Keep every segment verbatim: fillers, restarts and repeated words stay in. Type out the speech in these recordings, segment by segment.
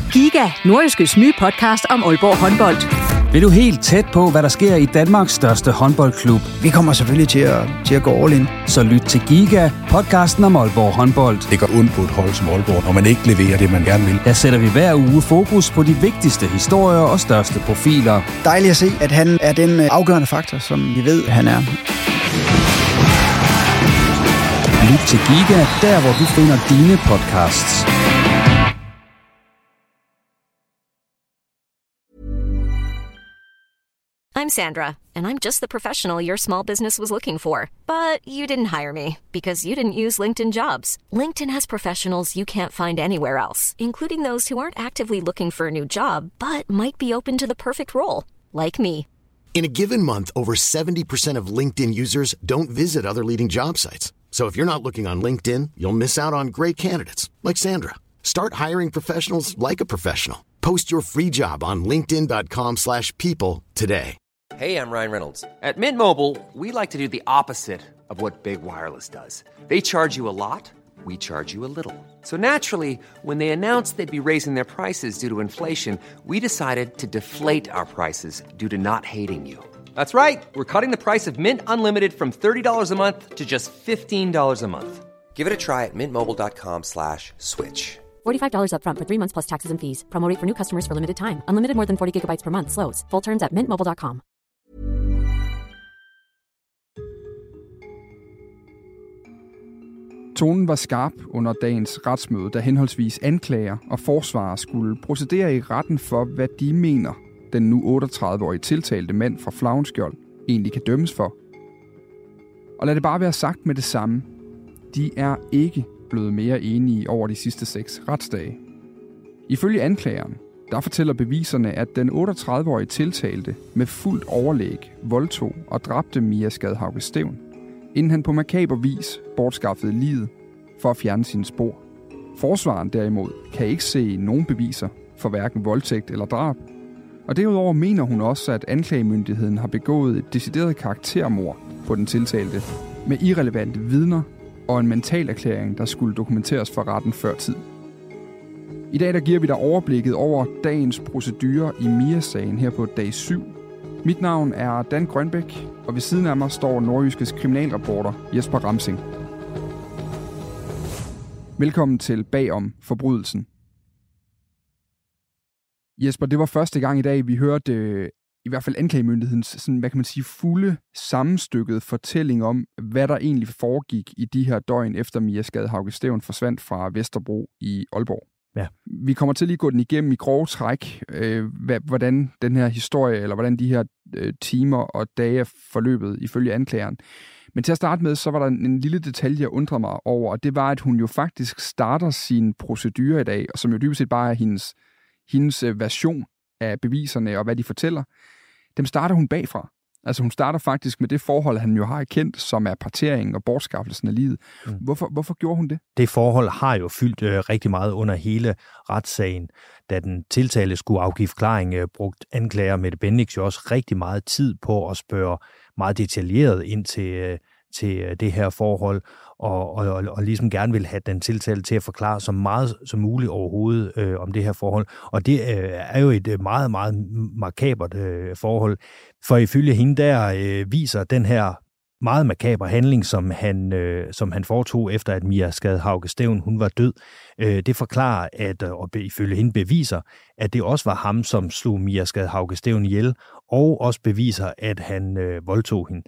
Giga, Nordjyskes nye podcast om Aalborg håndbold. Vil du helt tæt på, hvad der sker i Danmarks største håndboldklub? Vi kommer selvfølgelig til at, til at gå all in. Så lyt til Giga, podcasten om Aalborg håndbold. Det går ondt på et hold som Aalborg, når man ikke leverer det, man gerne vil. Der sætter vi hver uge fokus på de vigtigste historier og største profiler. Dejligt at se, at han er den afgørende faktor, som vi ved, han er. Lyt til Giga, der hvor du finder dine podcasts. I'm Sandra, and I'm just the professional your small business was looking for. But you didn't hire me because you didn't use LinkedIn Jobs. LinkedIn has professionals you can't find anywhere else, including those who aren't actively looking for a new job, but might be open to the perfect role, like me. In a given month, over seventy percent of LinkedIn users don't visit other leading job sites. So if you're not looking on LinkedIn, you'll miss out on great candidates like Sandra. Start hiring professionals like a professional. Post your free job on linkedin dot com slash people today. Hey, I'm Ryan Reynolds. At Mint Mobile, we like to do the opposite of what Big Wireless does. They charge you a lot, we charge you a little. So naturally, when they announced they'd be raising their prices due to inflation, we decided to deflate our prices due to not hating you. That's right. We're cutting the price of Mint Unlimited from thirty dollars a month to just fifteen dollars a month. Give it a try at mintmobile.com slash switch. forty-five dollars up front for three months plus taxes and fees. Promo rate for new customers for limited time. Unlimited more than forty gigabytes per month. Slows full terms at mint mobile dot com. Tonen var skarp under dagens retsmøde, da henholdsvis anklager og forsvarer skulle procedere i retten for, hvad de mener, den nu otteogtredive-årige tiltalte mand fra Flavnskjold egentlig kan dømmes for. Og lad det bare være sagt med det samme. De er ikke blevet mere enige over de sidste seks retsdage. Ifølge anklageren, der fortæller beviserne, at den otteogtredive-årige tiltalte med fuldt overlæg voldtog og dræbte Mia Skadhauge Stevn, inden han på makaber vis bortskaffede liget for at fjerne sine spor. Forsvaren derimod kan ikke se nogen beviser for hverken voldtægt eller drab. Og derudover mener hun også, at anklagemyndigheden har begået et decideret karaktermord på den tiltalte med irrelevante vidner og en mentalerklæring, der skulle dokumenteres for retten før tid. I dag der giver vi dig overblikket over dagens procedurer i Mia-sagen her på dag syv. Mit navn er Dan Grønbæk, og ved siden af mig står Nordjyskes kriminalreporter Jesper Ramsing. Velkommen til Bagom forbrydelsen. Jesper, det var første gang i dag, vi hørte øh, i hvert fald anklagemyndighedens sådan, hvad kan man sige, fulde sammenstykket fortælling om, hvad der egentlig foregik i de her døgn efter Mia Skadhauge Stevn forsvandt fra Vesterbro i Aalborg. Ja. Vi kommer til lige at gå den igennem i grove træk, øh, hvordan den her historie, eller hvordan de her øh, timer og dage er forløbet ifølge anklageren. Men til at starte med, så var der en, en lille detalje, jeg undrede mig over, og det var, at hun jo faktisk starter sin procedure i dag, og som jo dybest set bare er hendes, hendes version af beviserne og hvad de fortæller. Dem starter hun bagfra. Altså hun starter faktisk med det forhold, han jo har kendt, som er parteringen og bortskaffelsen af livet. Mm. Hvorfor, hvorfor gjorde hun det? Det forhold har jo fyldt øh, rigtig meget under hele retssagen. Da den tiltalte skulle afgive forklaring, øh, brugt anklager Mette Bendix jo også rigtig meget tid på at spørge meget detaljeret ind til, øh, til øh, det her forhold, og, og, og, og ligesom gerne vil have den tiltalte til at forklare så meget som muligt overhovedet øh, om det her forhold. Og det øh, er jo et meget, meget makabert øh, forhold, for ifølge hende der øh, viser den her meget makaber handling, som han, øh, som han foretog efter, at Mia Skadhauge Stevn, hun var død. Øh, det forklarer, at, og ifølge hende beviser, at det også var ham, som slog Mia Skadhauge Stevn ihjel, og også beviser, at han øh, voldtog hende.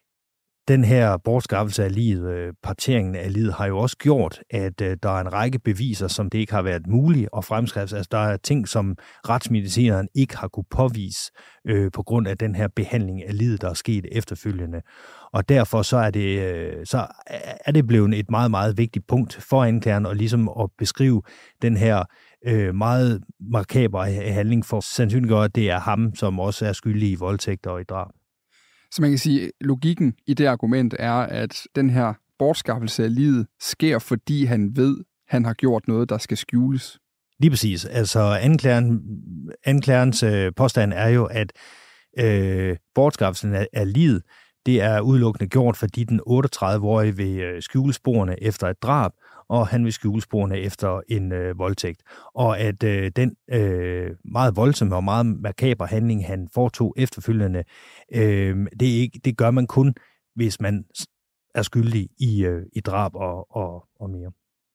Den her bortskaffelse af livet, øh, parteringen af livet, har jo også gjort, at øh, der er en række beviser, som det ikke har været muligt at fremskrive. Altså, der er ting, som retsmedicineren ikke har kunne påvise øh, på grund af den her behandling af livet, der er sket efterfølgende. Og derfor så er det, øh, så er det blevet et meget, meget vigtigt punkt for anklageren at ligesom at beskrive den her øh, meget makabre handling for sandsynliggøre, at det er ham, som også er skyldig i voldtægt og i drab. Så man kan sige, at logikken i det argument er, at den her bortskaffelse af livet sker, fordi han ved, at han har gjort noget, der skal skjules. Lige præcis. Altså anklageren, anklagerens øh, påstand er jo, at øh, bortskaffelsen af, af livet, det er udelukkende gjort, fordi den otteogtredive-årige vil øh, skjule sporene efter et drab, og han vil skjule sporene efter en øh, voldtægt. Og at øh, den øh, meget voldsomme og meget makabre handling, han foretog efterfølgende, øh, det, er ikke, det gør man kun, hvis man er skyldig i, øh, i drab og, og, og mere.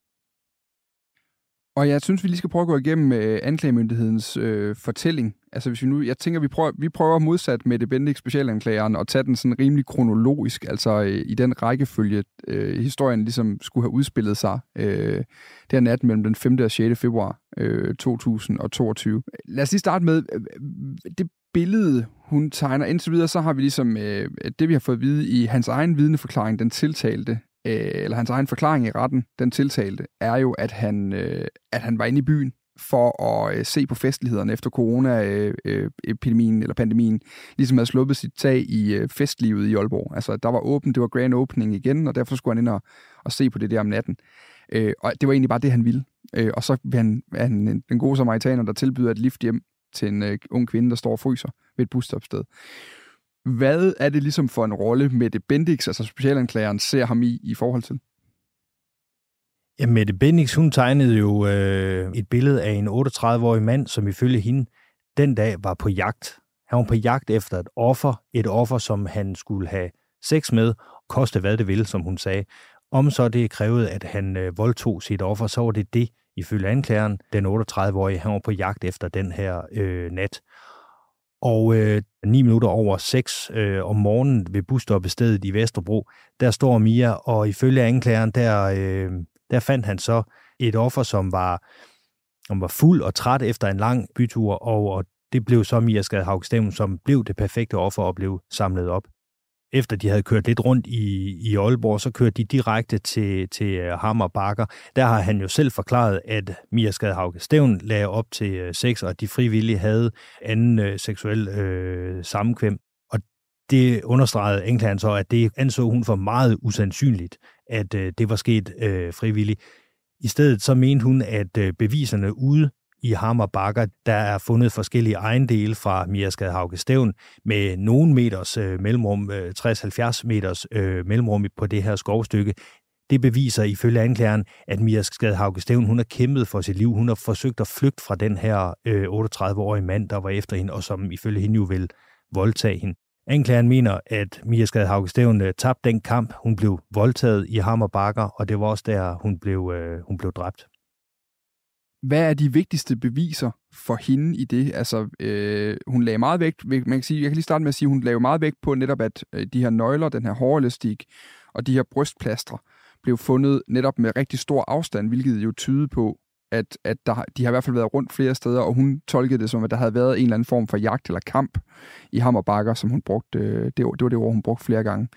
Og jeg synes, vi lige skal prøve at gå igennem øh, anklagemyndighedens øh, fortælling. Altså hvis vi nu, jeg tænker, vi prøver, vi prøver modsat med det Bendik specialanklageren at tage den sådan rimelig kronologisk, altså øh, i den rækkefølge, øh, historien ligesom skulle have udspillet sig øh, der nat mellem den femte og sjette februar øh, to tusind og toogtyve. Lad os lige starte med øh, det billede, hun tegner. Indtil videre, så har vi ligesom øh, det, vi har fået at vide i hans egen vidneforklaring, den tiltalte, eller hans egen forklaring i retten, den tiltalte, er jo, at han, øh, at han var inde i byen for at øh, se på festlighederne efter corona-epidemien øh, eller pandemien, ligesom havde sluppet sit tag i øh, festlivet i Aalborg. Altså, der var åbent, det var grand opening igen, og derfor skulle han ind og, og se på det der om natten. Øh, og det var egentlig bare det, han ville. Øh, og så vil han, han den gode samaritaner, der tilbyder et lift hjem til en øh, ung kvinde, der står og fryser ved et busstopsted. Hvad er det ligesom for en rolle, Mette Bendix, altså specialanklageren, ser ham i i forhold til? Ja, Mette Bendix, hun tegnede jo øh, et billede af en otteogtredive-årig mand, som ifølge hende den dag var på jagt. Han var på jagt efter et offer, et offer, som han skulle have sex med, koste hvad det ville, som hun sagde. Om så det krævede, at han øh, voldtog sit offer, så var det det, ifølge anklageren, den otteogtredive-årige, han var på jagt efter den her øh, nat. Og øh, ni minutter over seks øh, om morgenen ved busstoppestedet i Vesterbro, der står Mia, og ifølge anklageren, der, øh, der fandt han så et offer, som var, som var fuld og træt efter en lang bytur, og, og det blev så Mia Skadhaug Stevn, som blev det perfekte offer og blev samlet op. Efter de havde kørt lidt rundt i, i Aalborg, så kørte de direkte til, til Hammer Bakker. Der har han jo selv forklaret, at Mia Skadhaug Stevn lagde op til sex, og at de frivillige havde anden øh, seksuel øh, sammenkvem. Og det understregede anklageren så, at det anså hun for meget usandsynligt, at øh, det var sket øh, frivilligt. I stedet så mente hun, at øh, beviserne ude i Hammer Bakker, der er fundet forskellige ejendele fra Mia Skadhaug Stevn med nogle meters øh, mellemrum, øh, tres til halvfjerds meters øh, mellemrum på det her skovstykke. Det beviser ifølge anklageren, at Mia Skadhaug Stevn, hun har kæmpet for sit liv. Hun har forsøgt at flygte fra den her øh, otteogtredive-årige mand, der var efter hende, og som ifølge hende jo vil voldtage hende. Anklageren mener, at Mia Skadhaug Stevn øh, tabte den kamp. Hun blev voldtaget i Hammer Bakker, og det var også der, hun blev, øh, hun blev dræbt. Hvad er de vigtigste beviser for hende i det? Altså, øh, hun lagde meget vægt, man kan sige, jeg kan lige starte med at sige, hun lagde meget vægt på netop, at øh, de her nøgler, den her hårelastik og de her brystplastre blev fundet netop med rigtig stor afstand, hvilket jo tyder på, at, at der, de har i hvert fald været rundt flere steder, og hun tolkede det som, at der havde været en eller anden form for jagt eller kamp i Hammer Bakker, som hun brugte, øh, det, det var det ord, hun brugte flere gange.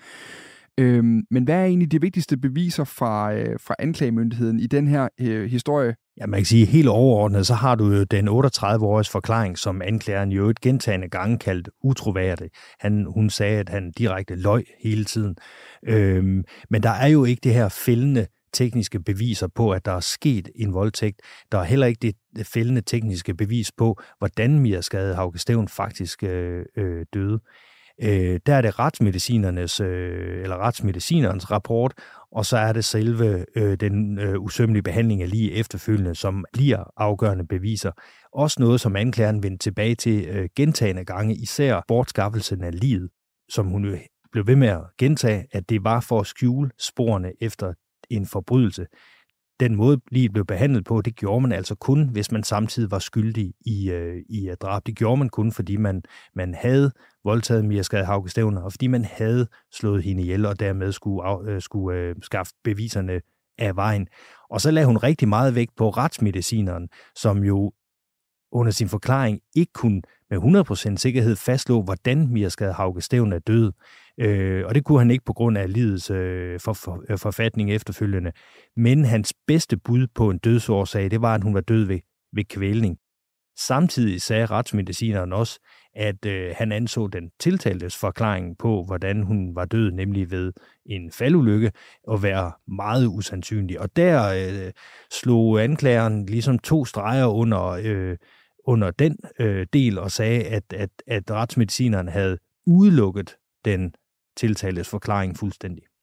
Øhm, men hvad er egentlig de vigtigste beviser fra, øh, fra anklagemyndigheden i den her øh, historie? Ja, man kan sige, helt overordnet, så har du jo den otteogtredive-åriges forklaring, som anklageren jo et gentagende gange kaldt utroværdig. Han, hun sagde, at han direkte løj hele tiden. Øhm, men der er jo ikke det her fældende tekniske beviser på, at der er sket en voldtægt. Der er heller ikke det fældende tekniske bevis på, hvordan Mia Skadhaug Stevn faktisk øh, øh, døde. Øh, der er det retsmedicinernes, øh, eller retsmedicinerens rapport, og så er det selve øh, den øh, usømmelige behandling af lige efterfølgende, som bliver afgørende beviser. Også noget, som anklageren vendte tilbage til øh, gentagende gange, især bortskaffelsen af livet, som hun jo blev ved med at gentage, at det var for at skjule sporene efter en forbrydelse. Den måde, livet blev behandlet på, det gjorde man altså kun, hvis man samtidig var skyldig i, øh, i drab. Det gjorde man kun, fordi man, man havde voldtaget Mia Skadhaug Stevn, og fordi man havde slået hende ihjel, og dermed skulle, af, øh, skulle øh, skaffe beviserne af vejen. Og så lagde hun rigtig meget vægt på retsmedicineren, som jo under sin forklaring ikke kunne med hundrede procent sikkerhed fastslå, hvordan Mia Skadhaug Stevn er død. Øh, og det kunne han ikke på grund af livets øh, for, for, forfatning efterfølgende. Men hans bedste bud på en dødsårsag, det var, at hun var død ved, ved kvælning. Samtidig sagde retsmedicineren også, at øh, han anså den tiltaltes forklaring på, hvordan hun var død, nemlig ved en faldulykke, og være meget usandsynlig. Og der øh, slog anklageren ligesom to streger under, øh, under den øh, del og sagde, at, at, at retsmedicineren havde udelukket den tiltaltes forklaring fuldstændig.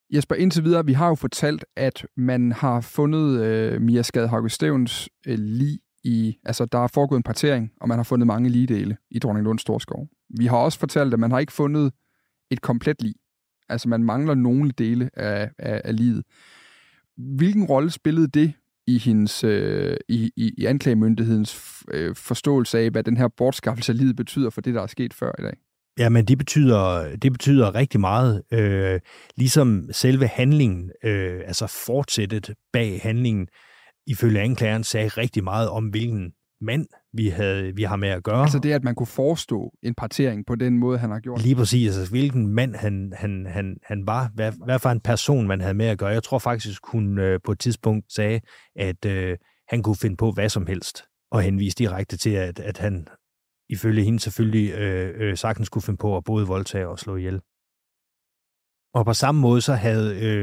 Jesper, indtil videre, vi har jo fortalt, at man har fundet øh, Mia Skade Stevns øh, lig i, altså der er foregået en partering, og man har fundet mange ligdele i Dronninglund Storskov. Vi har også fortalt, at man har ikke fundet et komplet lig. Altså man mangler nogle dele af, af, af liget. Hvilken rolle spillede det i hendes øh, i, i, i anklagemyndighedens øh, forståelse af, hvad den her bortskaffelse af livet betyder for det, der er sket før i dag? Ja, men det betyder, det betyder rigtig meget. Øh, ligesom selve handlingen, øh, altså fortsættet bag handlingen, ifølge anklageren sagde rigtig meget om, hvilken mand vi, havde, vi har med at gøre. Altså det, at man kunne forestå en partering på den måde, han har gjort. Lige præcis, altså hvilken mand han, han, han, han var, hvad, hvad for en person man havde med at gøre. Jeg tror faktisk, hun øh, på et tidspunkt sagde, at øh, han kunne finde på hvad som helst, og henvise direkte til, at, at han ifølge hende selvfølgelig øh, øh, sagtens kunne finde på at både voldtage og slå ihjel. Og på samme måde så havde, øh,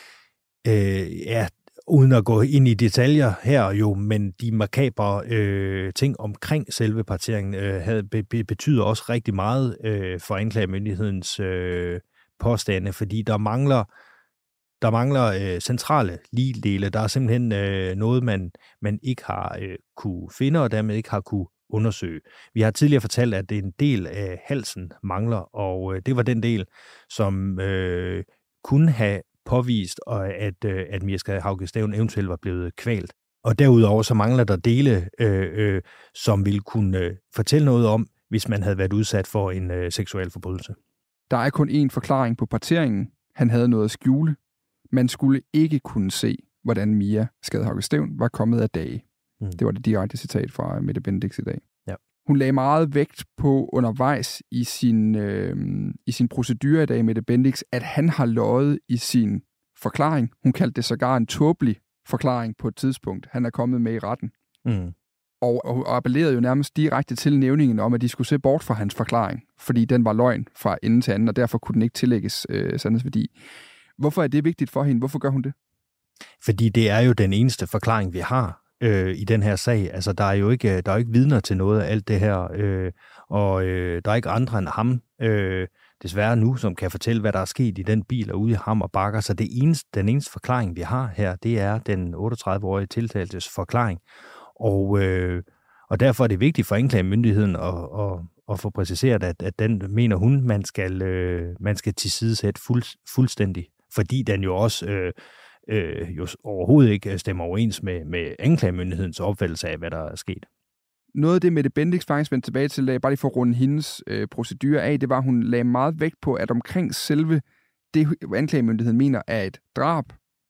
øh, ja, uden at gå ind i detaljer her jo, men de makabre øh, ting omkring selve parteringen øh, havde, be, be, betyder også rigtig meget øh, for anklagemyndighedens øh, påstande, fordi der mangler der mangler øh, centrale ligdele. Der er simpelthen øh, noget, man, man ikke har øh, kunne finde, og dermed ikke har kunne undersøge. Vi har tidligere fortalt, at det er en del af halsen mangler, og øh, det var den del, som øh, kunne have påvist, at, øh, at Mia Skade Stevns eventuelt var blevet kvalt. Og derudover så mangler der dele, øh, øh, som ville kunne øh, fortælle noget om, hvis man havde været udsat for en øh, seksuel forbrydelse. Der er kun én forklaring på parteringen. Han havde noget at skjule. Man skulle ikke kunne se, hvordan Mia Skade Stevns var kommet af dage. Mm. Det var det direkte citat fra Mette Bendix i dag. Ja. Hun lagde meget vægt på undervejs i sin, øh, i sin procedure i dag, Mette Bendix, at han har løjet i sin forklaring. Hun kaldte det sågar en tåbelig forklaring på et tidspunkt. Han er kommet med i retten. Mm. Og, og appellerede jo nærmest direkte til nævningen om, at de skulle se bort fra hans forklaring, fordi den var løgn fra ende til anden, og derfor kunne den ikke tillægges øh, sandhedsværdi. Hvorfor er det vigtigt for hende? Hvorfor gør hun det? Fordi det er jo den eneste forklaring, vi har øh, i den her sag. Altså, der er jo ikke, der er jo ikke vidner til noget af alt det her, øh, og øh, der er ikke andre end ham, øh, desværre nu, som kan fortælle, hvad der er sket i den bil og ude i Hammer Bakker. Så det eneste, den eneste forklaring, vi har her, det er den otteogtredive-årige tiltaltes forklaring. Og, øh, og derfor er det vigtigt for anklagemyndigheden at, at, at få præciseret, at, at den mener hun, man skal, øh, man skal tilsidesætte fuld, fuldstændig. Fordi den jo også øh, øh, jo overhovedet ikke stemmer overens med, med anklagemyndighedens opfattelse af, hvad der er sket. Noget af det, Mette Bendix faktisk vendte tilbage til, bare lige for at runde hendes øh, procedure af, det var, at hun lagde meget vægt på, at omkring selve det, anklagemyndigheden mener er et drab,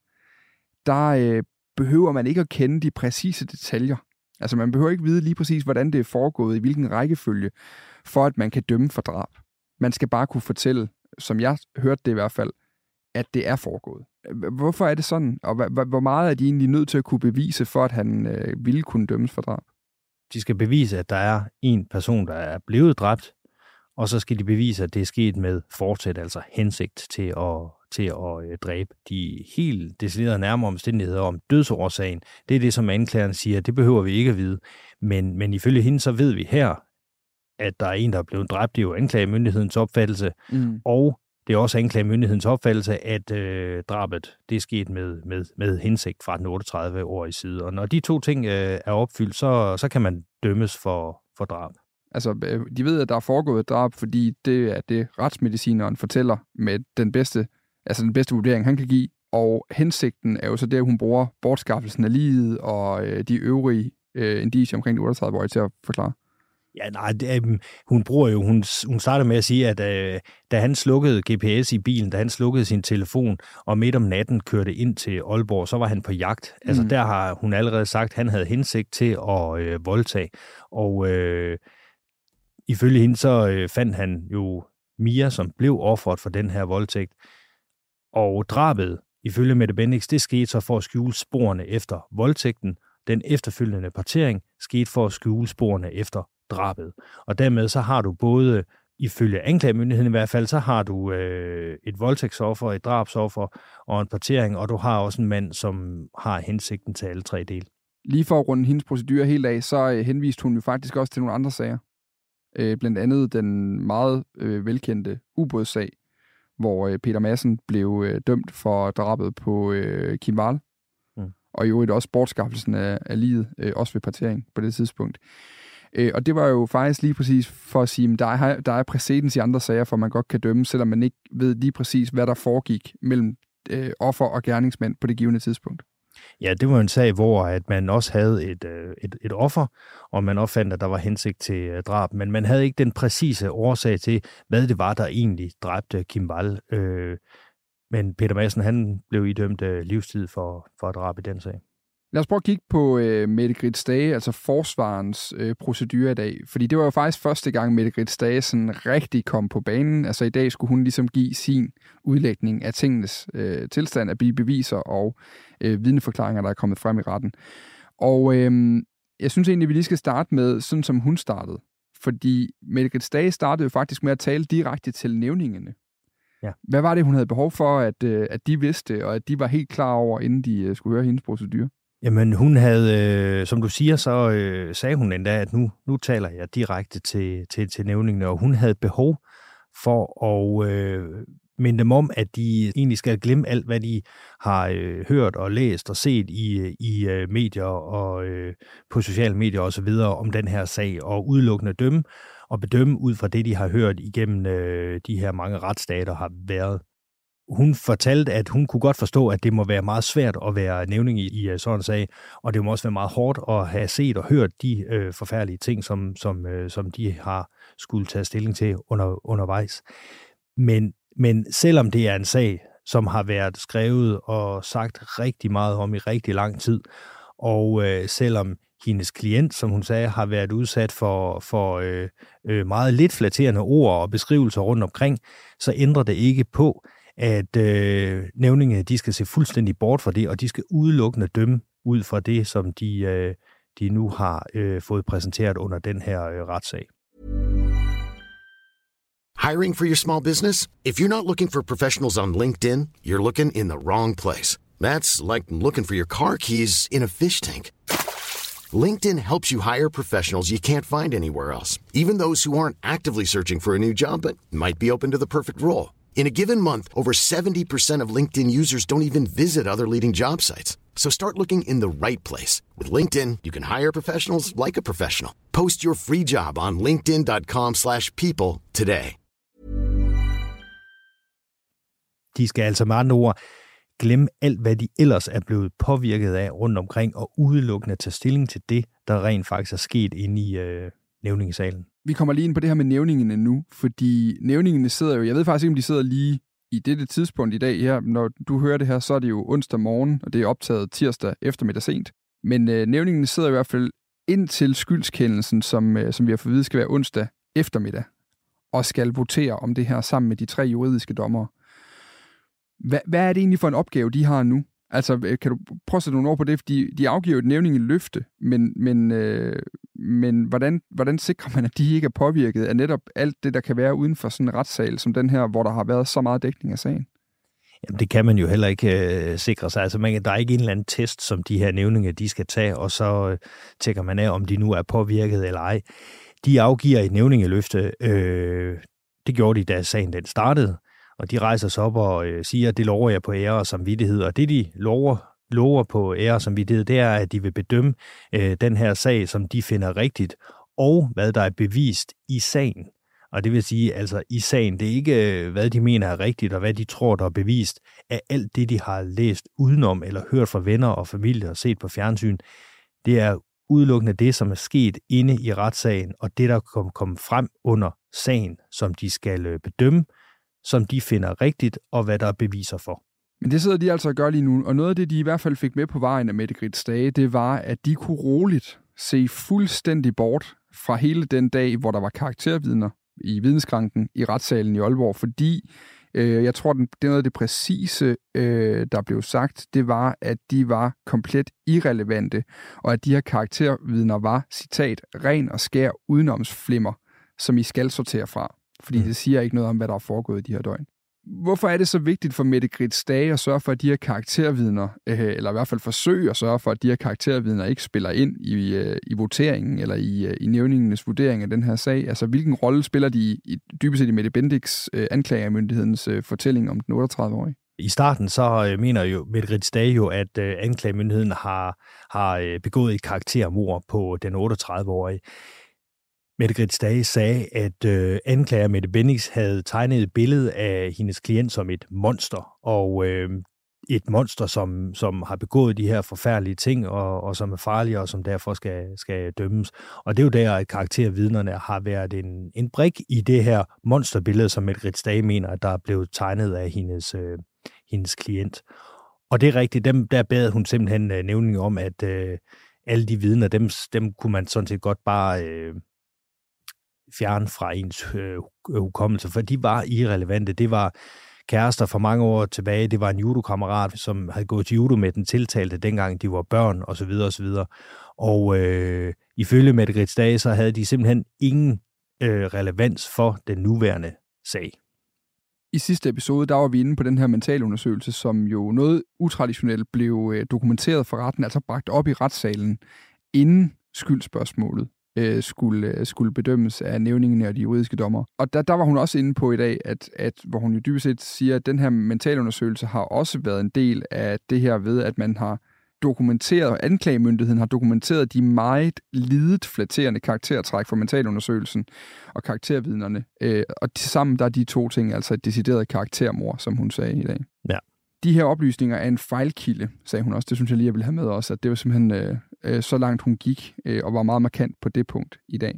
der øh, behøver man ikke at kende de præcise detaljer. Altså man behøver ikke vide lige præcis, hvordan det er foregået, i hvilken rækkefølge, for at man kan dømme for drab. Man skal bare kunne fortælle, som jeg hørte det i hvert fald, at det er foregået. Hvorfor er det sådan? Og hvor meget er de egentlig nødt til at kunne bevise, for at han øh, ville kunne dømmes for drab? De skal bevise, at der er en person, der er blevet dræbt, og så skal de bevise, at det er sket med forsæt, altså hensigt til at, til at øh, dræbe. De helt deciderede nærmere omstændigheder om dødsårsagen, det er det, som anklageren siger, det behøver vi ikke at vide. Men, men ifølge hende, så ved vi her, at der er en, der er blevet dræbt. Det er jo anklagemyndighedens opfattelse, mm. og det er også anklagemyndighedens opfattelse, at øh, drabet det er sket med, med, med hensigt fra den otteogtredive-årige side. Og når de to ting øh, er opfyldt, så, så kan man dømmes for, for drab. Altså, de ved, at der er foregået et drab, fordi det er det, retsmedicineren fortæller med den bedste, altså den bedste vurdering, han kan give. Og hensigten er jo så det, at hun bruger bortskaffelsen af liget og øh, de øvrige øh, indicier omkring de otteogtredive-årige til at forklare. Ja, nej, det, øh, hun bruger jo, hun, hun starter med at sige, at øh, da han slukkede G P S i bilen, da han slukkede sin telefon, og midt om natten kørte ind til Aalborg, så var han på jagt. Mm. Altså, der har hun allerede sagt, at han havde hensigt til at øh, voldtage. Og øh, ifølge hende, så øh, fandt han jo Mia, som blev offeret for den her voldtægt. Og drabet, ifølge Mette Bendix, det skete så for at skjule sporene efter voldtægten. Den efterfølgende partering skete for at skjule sporene efter drabet. Og dermed så har du både, ifølge anklagemyndigheden i hvert fald, så har du øh, et voldtægtsoffer, et drabsoffer og en partering, og du har også en mand, som har hensigten til alle tre dele. Lige for at runde hendes procedure helt af, så øh, henviste hun jo faktisk også til nogle andre sager. Øh, blandt andet den meget øh, velkendte ubådssag, hvor øh, Peter Madsen blev øh, dømt for drabet på øh, Kim Wall, mm. og i øvrigt også bortskaffelsen af, af livet, øh, også ved partering på det tidspunkt. Øh, og det var jo faktisk lige præcis for at sige, at der er, der er præcedens i andre sager, for man godt kan dømme, selvom man ikke ved lige præcis, hvad der foregik mellem øh, offer og gerningsmænd på det givne tidspunkt. Ja, det var en sag, hvor at man også havde et, et, et offer, og man opfandt, at der var hensigt til drab, men man havde ikke den præcise årsag til, hvad det var, der egentlig dræbte Kim Wall. Øh, men Peter Madsen, han blev idømt livstid for, for at dræbe i den sag. Lad os prøve at kigge på øh, Mette Grits Stage, altså forsvarens øh, procedure i dag. Fordi det var jo faktisk første gang, Mette Grits Stage sådan rigtig kom på banen. Altså i dag skulle hun ligesom give sin udlægning af tingenes øh, tilstand, af beviser og øh, vidneforklaringer, der er kommet frem i retten. Og øh, jeg synes egentlig, vi lige skal starte med, sådan som hun startede. Fordi Mette Grits Stage startede jo faktisk med at tale direkte til nævningene. Ja. Hvad var det, hun havde behov for, at, øh, at de vidste, og at de var helt klar over, inden de øh, skulle høre hendes procedure? Jamen, hun havde, øh, som du siger, så øh, sagde hun endda, at nu, nu taler jeg direkte til, til, til nævningene, og hun havde behov for at øh, minde dem om, at de egentlig skal glemme alt, hvad de har øh, hørt og læst og set i, i øh, medier og øh, på sociale medier osv. om den her sag, og udelukkende dømme og bedømme ud fra det, de har hørt igennem øh, de her mange retsstater har været. Hun fortalte, at hun kunne godt forstå, at det må være meget svært at være nævning i, i sådan en sag, og det må også være meget hårdt at have set og hørt de øh, forfærdelige ting, som, som, øh, som de har skulle tage stilling til under, undervejs. Men, men selvom det er en sag, som har været skrevet og sagt rigtig meget om i rigtig lang tid, og øh, selvom hendes klient, som hun sagde, har været udsat for, for øh, øh, meget lidt flatterende ord og beskrivelser rundt omkring, så ændrer det ikke på, at øh, nævningene, de skal se fuldstændig bort fra det, og de skal udelukkende dømme ud fra det, som de, øh, de nu har øh, fået præsenteret under den her øh, retssag. Hiring for your small business? If you're not looking for professionals on LinkedIn, you're looking in the wrong place. That's like looking for your car keys in a fish tank. LinkedIn helps you hire professionals you can't find anywhere else, even those who aren't actively searching for a new job but might be open to the perfect role. In a given month, over seventy percent of LinkedIn users don't even visit other leading job sites. So start looking in the right place. With LinkedIn, you can hire professionals like a professional. Post your free job on linkedin dot com slash people today. De skal altså med andre ord glemme alt, hvad de ellers er blevet påvirket af rundt omkring, og udelukkende tage stilling til det, der rent faktisk er sket inde i øh, nævningesalen. Vi kommer lige ind på det her med nævningene nu, fordi nævningene sidder jo, jeg ved faktisk ikke, om de sidder lige i dette tidspunkt i dag her. Når du hører det her, så er det jo onsdag morgen, og det er optaget tirsdag eftermiddag sent. Men øh, nævningene sidder i hvert fald indtil skyldskendelsen, som, øh, som vi har fået at vide, skal være onsdag eftermiddag, og skal votere om det her sammen med de tre juridiske dommere. Hvad, hvad er det egentlig for en opgave, de har nu? Altså, kan du prøve at sætte nogle ord på det? Fordi de afgiver et nævning i løfte, men, men, øh, men hvordan, hvordan sikrer man, at de ikke er påvirket af netop alt det, der kan være uden for sådan en retssal, som den her, hvor der har været så meget dækning af sagen? Jamen, det kan man jo heller ikke øh, sikre sig. Altså, man, der er ikke en eller anden test, som de her nævninger, de skal tage, og så øh, tjekker man af, om de nu er påvirket eller ej. De afgiver et nævningeløfte. Øh, det gjorde de, da sagen den startede. Og de rejser sig op og øh, siger, at det lover jeg på ære og samvittighed. Og det, de lover, lover på ære og samvittighed, det er, at de vil bedømme øh, den her sag, som de finder rigtigt, og hvad der er bevist i sagen. Og det vil sige, altså i sagen, det er ikke, hvad de mener er rigtigt, og hvad de tror, der er bevist af alt det, de har læst udenom, eller hørt fra venner og familie og set på fjernsyn. Det er udelukkende det, som er sket inde i retssagen, og det, der kom, kom frem under sagen, som de skal bedømme, som de finder rigtigt, og hvad der er beviser for. Men det sidder de altså og gør lige nu, og noget af det, de i hvert fald fik med på vejen af Mette Grits Stage, det var, at de kunne roligt se fuldstændig bort fra hele den dag, hvor der var karaktervidner i vidneskranken i retssalen i Aalborg, fordi øh, jeg tror, det er noget af det præcise, øh, der blev sagt, det var, at de var komplet irrelevante, og at de her karaktervidner var, citat, ren og skær udenomsflimmer, som I skal sortere fra. Fordi mm. det siger ikke noget om, hvad der er foregået i de her døgn. Hvorfor er det så vigtigt for Mette Grits Stage at sørge for, at de her karaktervidner, øh, eller i hvert fald forsøge at sørge for, at de her karaktervidner ikke spiller ind i, øh, i voteringen, eller i, øh, i nævningenes vurdering af den her sag? Altså, hvilken rolle spiller de i, dybest set i Mette Benedikts øh, anklagermyndighedens øh, fortælling om den otteogtredive-årige? I starten så øh, mener jo Mette Grits Stage jo, at øh, anklagemyndigheden har, har øh, begået et karaktermord på den otteogtredive-årige. Mette Grits Stage sagde, at øh, anklager Mette Bendix havde tegnet et billede af hendes klient som et monster, og øh, et monster, som, som har begået de her forfærdelige ting, og, og som er farlige, og som derfor skal, skal dømmes. Og det er jo der, at karaktervidnerne har været en, en brik i det her monsterbillede, som Mette Grits Stage mener, at der er blevet tegnet af hendes, øh, hendes klient. Og det er rigtigt, dem, der bad hun simpelthen øh, nævning om, at øh, alle de vidner, dem, dem kunne man sådan set godt bare Øh, fjerne fra ens øh, hukommelse, for de var irrelevante. Det var kærester for mange år tilbage. Det var en judokammerat, som havde gået til judo med den tiltalte, dengang de var børn, osv. osv. Og øh, ifølge Mette Grits Stage, så havde de simpelthen ingen øh, relevans for den nuværende sag. I sidste episode, der var vi inde på den her mentalundersøgelse, som jo noget utraditionelt blev øh, dokumenteret for retten, altså bragt op i retssalen, inden skyldspørgsmålet skulle, skulle bedømmes af nævningene og de juridiske dommer. Og der, der var hun også inde på i dag, at, at hvor hun jo dybest set siger, at den her mentalundersøgelse har også været en del af det her ved, at man har dokumenteret, anklagemyndigheden har dokumenteret de meget lidet flatterende karaktertræk for mentalundersøgelsen og karaktervidnerne. Øh, og tilsammen der er de to ting, altså et decideret karaktermord, som hun sagde i dag. Ja. De her oplysninger er en fejlkilde, sagde hun også. Det synes jeg lige, jeg ville have med også, at det var simpelthen øh, øh, så langt hun gik, øh, og var meget markant på det punkt i dag.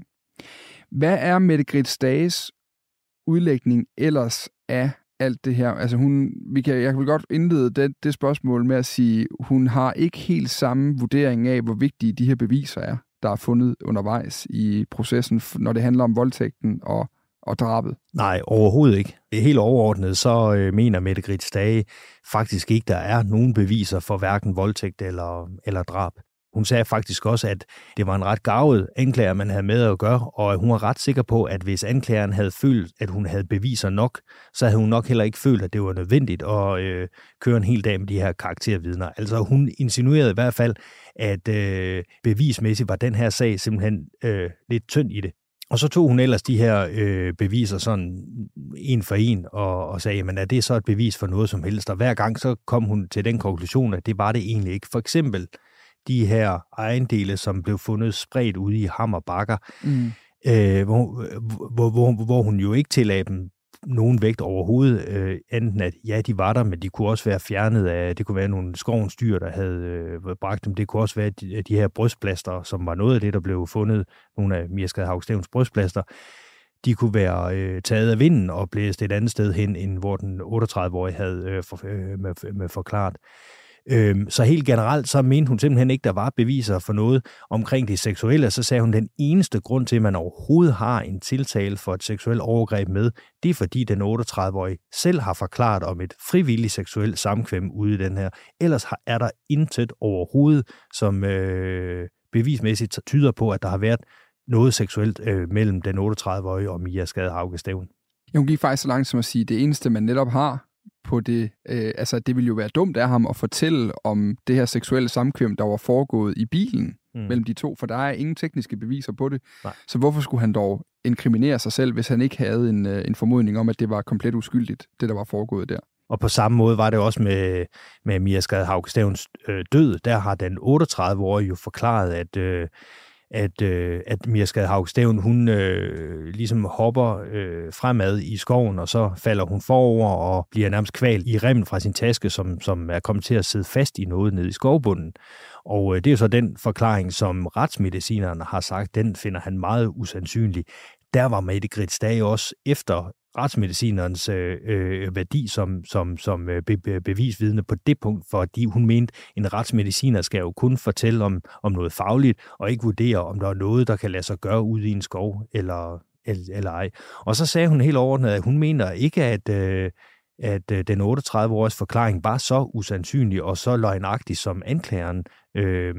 Hvad er Mette Grits Stages udlægning ellers af alt det her? Altså hun, vi kan, jeg vil godt indlede det, det spørgsmål med at sige, hun har ikke helt samme vurdering af, hvor vigtige de her beviser er, der er fundet undervejs i processen, når det handler om voldtægten og og drabet? Nej, overhovedet ikke. Helt overordnet, så øh, mener Mette Grits Stage faktisk ikke, der er nogen beviser for hverken voldtægt eller, eller drab. Hun sagde faktisk også, at det var en ret garvet anklager, man havde med at gøre, og hun var ret sikker på, at hvis anklageren havde følt, at hun havde beviser nok, så havde hun nok heller ikke følt, at det var nødvendigt at øh, køre en hel dag med de her karaktervidner. Altså hun insinuerede i hvert fald, at øh, bevismæssigt var den her sag simpelthen øh, lidt tynd i det. Og så tog hun ellers de her øh, beviser sådan en for en og, og sagde, men er det så et bevis for noget som helst? Og hver gang så kom hun til den konklusion, at det var det egentlig ikke. For eksempel de her ejendele, som blev fundet spredt ude i Hammer Bakker, mm. øh, hvor, hvor, hvor, hvor hun jo ikke tillagde dem nogen vægt overhovedet, øh, enten at ja, de var der, men de kunne også være fjernet af, det kunne være nogle skovens dyr, der havde øh, bragt dem. Det kunne også være de, de her brystplaster, som var noget af det, der blev fundet, nogle af Mia Skade Haugstævns brystplaster. De kunne være øh, taget af vinden og blæst et andet sted hen, end hvor den otteogtredive-årige havde øh, for, øh, med, med forklaret. Øhm, så helt generelt, så mente hun simpelthen ikke, der var beviser for noget omkring det seksuelle. Så sagde hun, den eneste grund til, at man overhovedet har en tiltale for et seksuelt overgreb med, det er fordi den otteogtredive-årige selv har forklaret om et frivilligt seksuelt samkvem ude i den her. Ellers er der intet overhovedet, som øh, bevismæssigt tyder på, at der har været noget seksuelt øh, mellem den otteogtredive-årige og Mia Skade Haugestævn. Ja, hun gik faktisk så langt som at sige, at det eneste, man netop har på det, øh, altså det ville jo være dumt af ham at fortælle om det her seksuelle samkvem, der var foregået i bilen mm. mellem de to, for der er ingen tekniske beviser på det. Nej. Så hvorfor skulle han dog inkriminere sig selv, hvis han ikke havde en, en formodning om, at det var komplet uskyldigt, det der var foregået der? Og på samme måde var det også med, med Mia Skade Haugestævns øh, død. Der har den otteogtredive-årige jo forklaret, at øh, at, øh, at Mia Skade Haugestævn, hun øh, ligesom hopper øh, fremad i skoven, og så falder hun forover og bliver nærmest kvalt i remmen fra sin taske, som, som er kommet til at sidde fast i noget nede i skovbunden. Og øh, det er jo så den forklaring, som retsmedicineren har sagt, den finder han meget usandsynlig. Der var Mette Grits Stage også efter retsmedicinerens øh, værdi som, som, som be, be, bevisvidne på det punkt, fordi hun mente, en retsmediciner skal jo kun fortælle om, om noget fagligt, og ikke vurdere, om der er noget, der kan lade sig gøre ude i en skov, eller, eller, eller ej. Og så sagde hun helt overordnet, at hun mener ikke, at, øh, at den otteogtredive-åriges forklaring var så usandsynlig og så løgnagtig, som anklageren øh,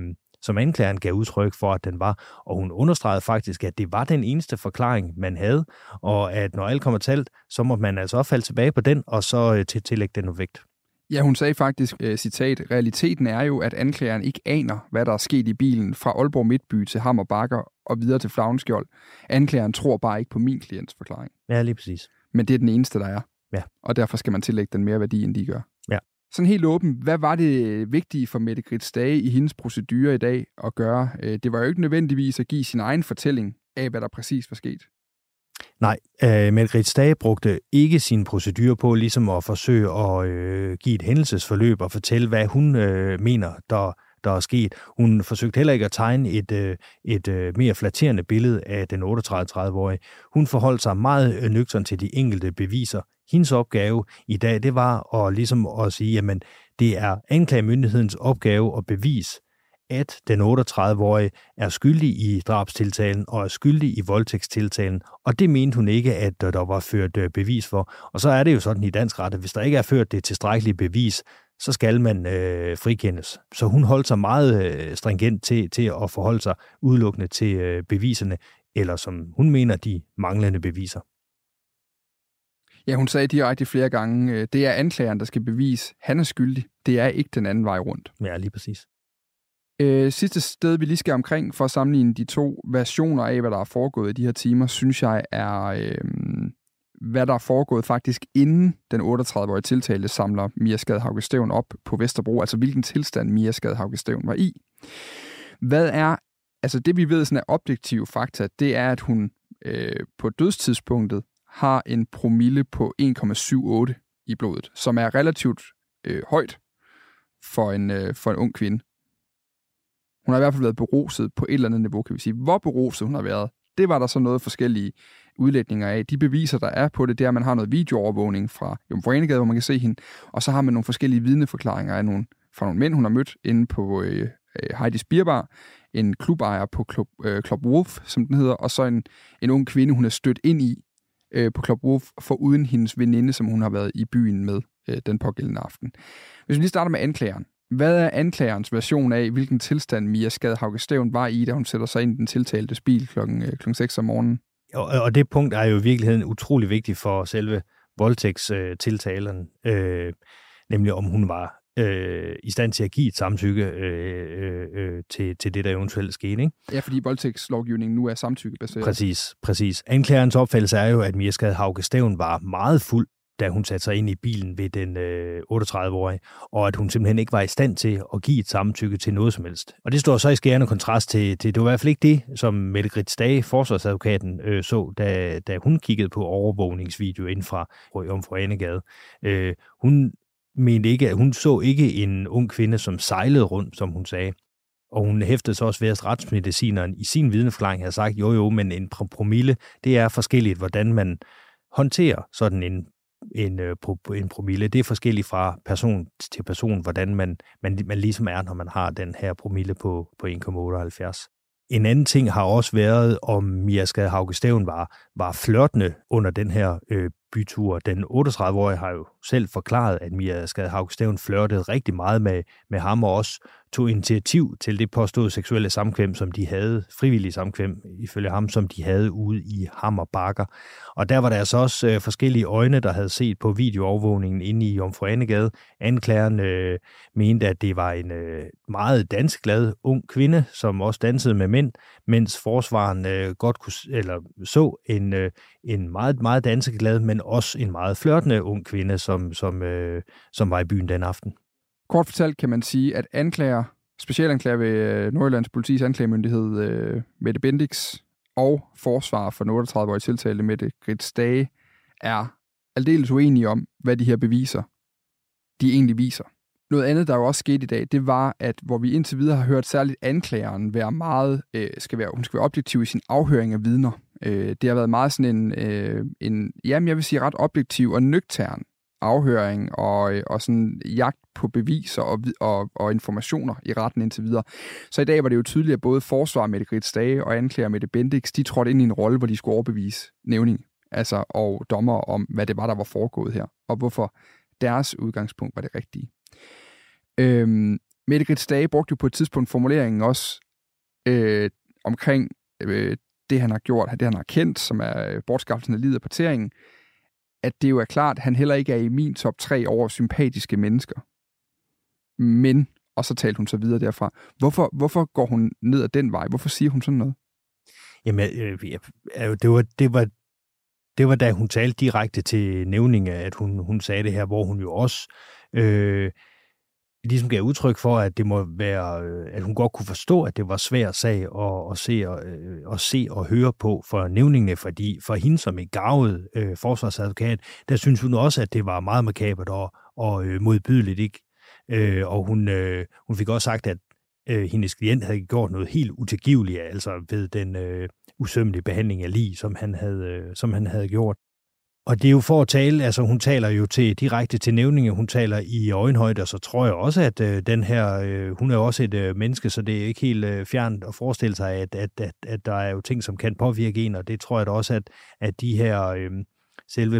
som anklageren gav udtryk for, at den var. Og hun understregede faktisk, at det var den eneste forklaring, man havde, og at når alt kommer talt, så må man altså også falde tilbage på den, og så øh, til tillægge den noget vægt. Ja, hun sagde faktisk, uh, citat, realiteten er jo, at anklageren ikke aner, hvad der er sket i bilen fra Aalborg Midtby til Hammer Bakker og videre til Flavnskjold. Anklageren tror bare ikke på min klients forklaring. Ja, lige præcis. Men det er den eneste, der er. Ja. Og derfor skal man tillægge den mere værdi, end de gør. Ja. Sådan helt åben, hvad var det vigtige for Mette Grits Stage i hendes procedure i dag at gøre? Det var jo ikke nødvendigvis at give sin egen fortælling af, hvad der præcis var sket. Nej, øh, Mette Grits Stage brugte ikke sin procedure på ligesom at forsøge at øh, give et hændelsesforløb og fortælle, hvad hun øh, mener, der, der er sket. Hun forsøgte heller ikke at tegne et, øh, et øh, mere flatterende billede af den otteogtredive-årige. Hun forholdt sig meget nøgtern til de enkelte beviser. Hendes opgave i dag, det var at, ligesom at sige, jamen det er anklagemyndighedens opgave at bevise, at den otteogtredive-årige er skyldig i drabstiltalen og er skyldig i voldtægtstiltalen, og det mente hun ikke, at der var ført bevis for. Og så er det jo sådan i dansk ret, at hvis der ikke er ført det tilstrækkelige bevis, så skal man øh, frikendes. Så hun holdt sig meget øh, stringent til, til at forholde sig udelukkende til øh, beviserne, eller som hun mener, de manglende beviser. Ja, hun sagde direkte flere gange, det er anklageren, der skal bevise, han er skyldig. Det er ikke den anden vej rundt. Ja, lige præcis. Øh, sidste sted, vi lige skal omkring for at sammenligne de to versioner af, hvad der er foregået i de her timer, synes jeg er, øh, hvad der er foregået faktisk inden den otteogtredive-årige tiltalte samler Mia Skadhauge Stevn op på Vesterbro, altså hvilken tilstand Mia Skadhauge Stevn var i. Hvad er, altså det vi ved sådan er objektive fakta, det er, at hun øh, på dødstidspunktet har en promille på en komma syvogtyve i blodet, som er relativt øh, højt for en, øh, for en ung kvinde. Hun har i hvert fald været beruset på et eller andet niveau, kan vi sige. Hvor beruset hun har været, det var der så noget forskellige udlægninger af. De beviser, der er på det, det er, at man har noget videoovervågning fra Jomfru Anegade, hvor man kan se hende, og så har man nogle forskellige vidneforklaringer af nogle, fra nogle mænd, hun har mødt inde på øh, Heidi Spierbar, en klubejer på Club, øh, Club Wolf, som den hedder, og så en, en ung kvinde, hun er stødt ind i øh, på Club Wolf, for uden hendes veninde, som hun har været i byen med øh, den pågældende aften. Hvis vi lige starter med anklageren. Hvad er anklagerens version af, hvilken tilstand Mia Skadhauge Stevn var i, da hun sætter sig ind i den tiltalte bil klokken seks om morgenen? Og, og det punkt er jo i virkeligheden utrolig vigtigt for selve voldtægtstiltaleren, øh, nemlig om hun var øh, i stand til at give et samtykke øh, øh, til, til det, der eventuelt skete. Ikke? Ja, fordi voldtægtslovgivningen nu er samtykkebaseret. Præcis, præcis. Anklagerens opfattelse er jo, at Mia Skadhauge Stevn var meget fuld, da hun satte sig ind i bilen ved den øh, otteogtredive-årige, og at hun simpelthen ikke var i stand til at give et samtykke til noget som helst. Og det står så i skærende kontrast til, til det var i hvert fald ikke det, som Mette Grits Stage, forsvarsadvokaten, øh, så, da, da hun kiggede på overvågningsvideo inden fra Jomfru Anegade. Øh, hun mente ikke, at hun så ikke en ung kvinde, som sejlede rundt, som hun sagde. Og hun hæftede så også ved, at retsmedicineren i sin vidneforklaring havde sagt, jo jo, men en promille, det er forskelligt, hvordan man håndterer sådan en En, en promille. Det er forskelligt fra person til person, hvordan man, man, man ligesom er, når man har den her promille på, på en komma otteoghalvfjerds. En anden ting har også været, om Mia Skadhauge Stevn var, var flirtende under den her øh, bytur. Den otteogtredive-årige har jo selv forklaret, at Mia Skadhauge Stevn flirtede rigtig meget med, med ham, og også tog initiativ til det påståede seksuelle samkvem, som de havde, frivillige samkvem, ifølge ham, som de havde ude i Hammer Bakker. Og der var der altså også øh, forskellige øjne, der havde set på videoovervågningen inde i Jomfru Anegade. Anklageren øh, mente, at det var en øh, meget dansglad ung kvinde, som også dansede med mænd, mens forsvaren øh, godt kunne, eller så en, øh, en meget, meget danseglad, men også en meget flirtende ung kvinde, som, som, øh, som var i byen den aften. Kort fortalt kan man sige, at anklager, specialanklager ved Nordjyllands Politis anklagemyndighed, øh, Mette Bendix, og forsvarer for den otteogtredive-årige tiltalte Mette Grits Stage, er aldeles uenige om, hvad de her beviser, de egentlig viser. Noget andet, der jo også skete i dag, det var, at hvor vi indtil videre har hørt særligt anklageren være meget, øh, skal være, hun skal være objektiv i sin afhøring af vidner. Øh, det har været meget sådan en, øh, en, jamen jeg vil sige ret objektiv og nøgtern afhøring og, og sådan jagt på beviser og, og, og informationer i retten indtil videre. Så i dag var det jo tydeligt, at både forsvar Mette Grits Stage og anklager Mette Bendix, de trådte ind i en rolle, hvor de skulle overbevise nævning, altså og dommer om, hvad det var, der var foregået her, og hvorfor deres udgangspunkt var det rigtige. Øhm, Mette Grits Stage brugte jo på et tidspunkt formuleringen også øh, omkring øh, det, han har gjort, det han har kendt, som er bortskaffelsen af livet af parteringen, at det jo er klart, at han heller ikke er i min top tre over sympatiske mennesker. Men, og så talte hun så videre derfra. Hvorfor, hvorfor går hun ned ad den vej? Hvorfor siger hun sådan noget? Jamen, øh, det, var, det, var, det var da hun talte direkte til Nævninge, at hun, hun sagde det her, hvor hun jo også øh, ligesom gav udtryk for, at det må være, øh, at hun godt kunne forstå, at det var svær sag at, at, se, øh, at se og høre på for Nævningene, fordi for hende som en garvet øh, forsvarsadvokat, der synes hun også, at det var meget makabert og, og øh, modbydeligt, ikke? Øh, og hun, øh, hun fik også sagt, at øh, hendes klient havde gjort noget helt utilgiveligt, altså ved den øh, usømmelige behandling af lig, som han havde, øh, som han havde gjort. Og det er jo for at tale, altså hun taler jo til, direkte til Nævninge, hun taler i øjenhøjde, og så tror jeg også, at øh, den her, øh, hun er jo også et øh, menneske, så det er ikke helt øh, fjernt at forestille sig, at, at, at, at der er jo ting, som kan påvirke en, og det tror jeg da også, at, at de her øh, selve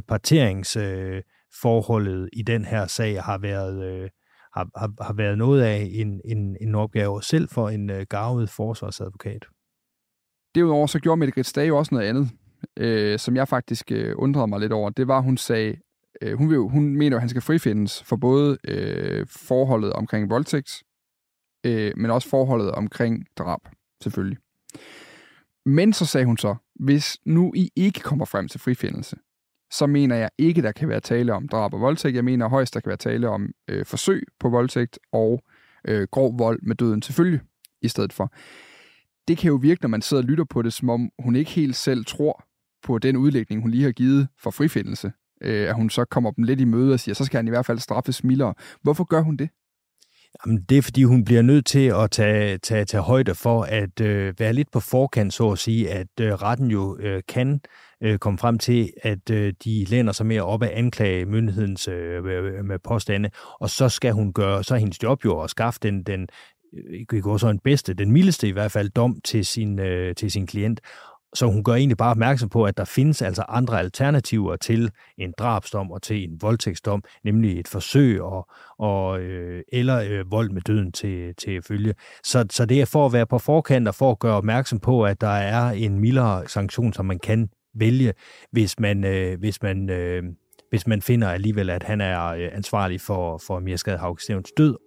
parteringsforholdet øh, i den her sag har været, øh, har, har, har været noget af en, en, en opgave selv for en øh, garvet forsvarsadvokat. Derudover så gjorde Mette Grits Stage jo også noget andet, øh, som jeg faktisk øh, undrede mig lidt over. Det var, hun sagde, øh, hun, vil, hun mener, at han skal frifindes for både øh, forholdet omkring voldtægt, øh, men også forholdet omkring drab, selvfølgelig. Men så sagde hun så, hvis nu I ikke kommer frem til frifindelse, så mener jeg ikke, der kan være tale om drab og voldtægt. Jeg mener højst, der kan være tale om øh, forsøg på voldtægt og øh, grov vold med døden til følge i stedet for. Det kan jo virke, når man sidder og lytter på det, som om hun ikke helt selv tror på den udlægning, hun lige har givet for frifindelse. Øh, at hun så kommer dem lidt i møde og siger, så skal han i hvert fald straffes mildere. Hvorfor gør hun det? Jamen, det er, fordi hun bliver nødt til at tage, tage, tage højde for at øh, være lidt på forkant, så at sige, at øh, retten jo øh, kan øh, komme frem til, at øh, de læner sig mere op af anklagemyndighedens øh, med påstande, og så skal hun gøre, så er hendes job jo at skaffe den, den ikke går så en bedste, den mildeste i hvert fald, dom til sin, øh, til sin klient. Så hun gør egentlig bare opmærksom på, at der findes altså andre alternativer til en drabsdom og til en voldtægtsdom, nemlig et forsøg og, og, øh, eller øh, vold med døden til, til følge. Så, så det er for at være på forkant og for at gøre opmærksom på, at der er en mildere sanktion, som man kan vælge, hvis man, øh, hvis man, øh, hvis man finder alligevel, at han er øh, ansvarlig for, for Mia Skade Hauge Stevns død.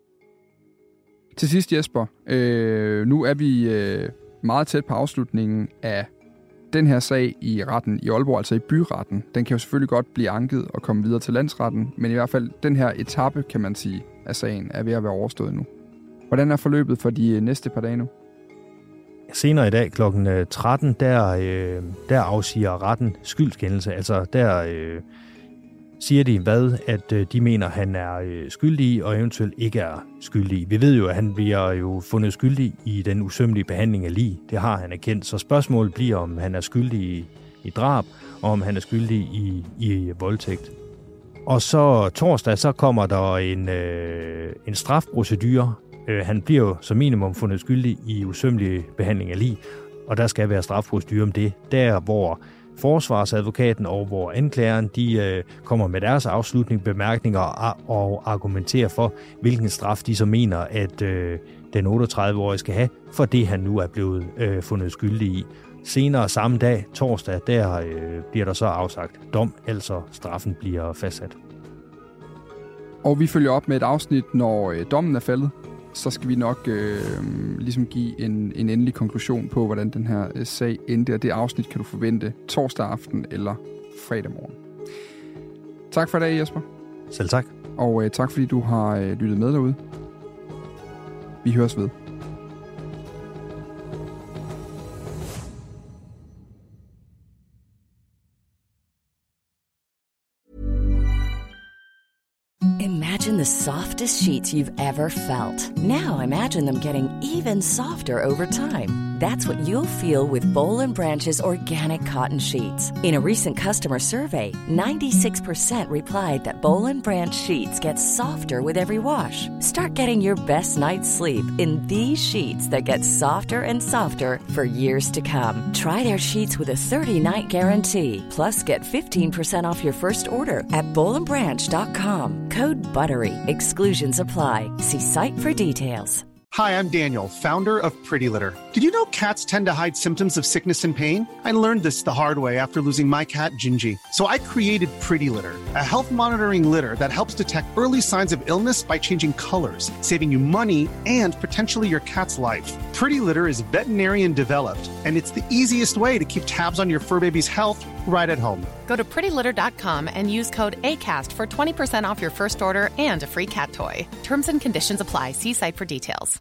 Til sidst, Jesper, øh, nu er vi øh, meget tæt på afslutningen af den her sag i retten i Aalborg, altså i byretten. Den kan jo selvfølgelig godt blive anket og komme videre til landsretten, men i hvert fald den her etape, kan man sige, af sagen er ved at være overstået nu. Hvordan er forløbet for de næste par dage nu? Senere i dag klokken tretten, der, øh, der afsiger retten skyldskendelse, altså der øh, siger de, hvad at øh, de mener, han er øh, skyldig og eventuelt ikke er skyldig. Vi ved jo, at han bliver jo fundet skyldig i den usømmelige behandling af lig. Det har han erkendt. Så spørgsmålet bliver, om han er skyldig i, i drab, og om han er skyldig i, i voldtægt. Og så torsdag, så kommer der en, øh, en strafprocedure. Øh, han bliver jo som minimum fundet skyldig i usømmelig behandling af lig, og der skal være strafprocedure om det. Der, hvor forsvarsadvokaten og hvor anklageren, de øh, kommer med deres afslutning, bemærkninger og, og argumenterer for, hvilken straf de så mener, at øh, den otteogtredive-årige skal have, for det han nu er blevet øh, fundet skyldig i. Senere samme dag, torsdag, der øh, bliver der så afsagt dom, altså straffen bliver fastsat. Og vi følger op med et afsnit, når øh, dommen er faldet. Så skal vi nok øh, ligesom give en, en endelig konklusion på, hvordan den her øh, sag endte. Og det afsnit kan du forvente torsdag aften eller fredag morgen. Tak for i dag, Jesper. Selv tak. Og øh, tak fordi du har øh, lyttet med derude. Vi høres ved. Imagine the softest sheets you've ever felt. Now imagine them getting even softer over time. That's what you'll feel with Boll and Branch's organic cotton sheets. In a recent customer survey, ninety-six percent replied that Boll and Branch sheets get softer with every wash. Start getting your best night's sleep in these sheets that get softer and softer for years to come. Try their sheets with a thirty-night guarantee. Plus, get fifteen percent off your first order at boll and branch dot com. Code BUTTERY. Exclusions apply. See site for details. Hi, I'm Daniel, founder of Pretty Litter. Did you know cats tend to hide symptoms of sickness and pain? I learned this the hard way after losing my cat, Gingy. So I created Pretty Litter, a health monitoring litter that helps detect early signs of illness by changing colors, saving you money and potentially your cat's life. Pretty Litter is veterinarian developed, and it's the easiest way to keep tabs on your fur baby's health right at home. Go to pretty litter dot com and use code ACAST for twenty percent off your first order and a free cat toy. Terms and conditions apply. See site for details.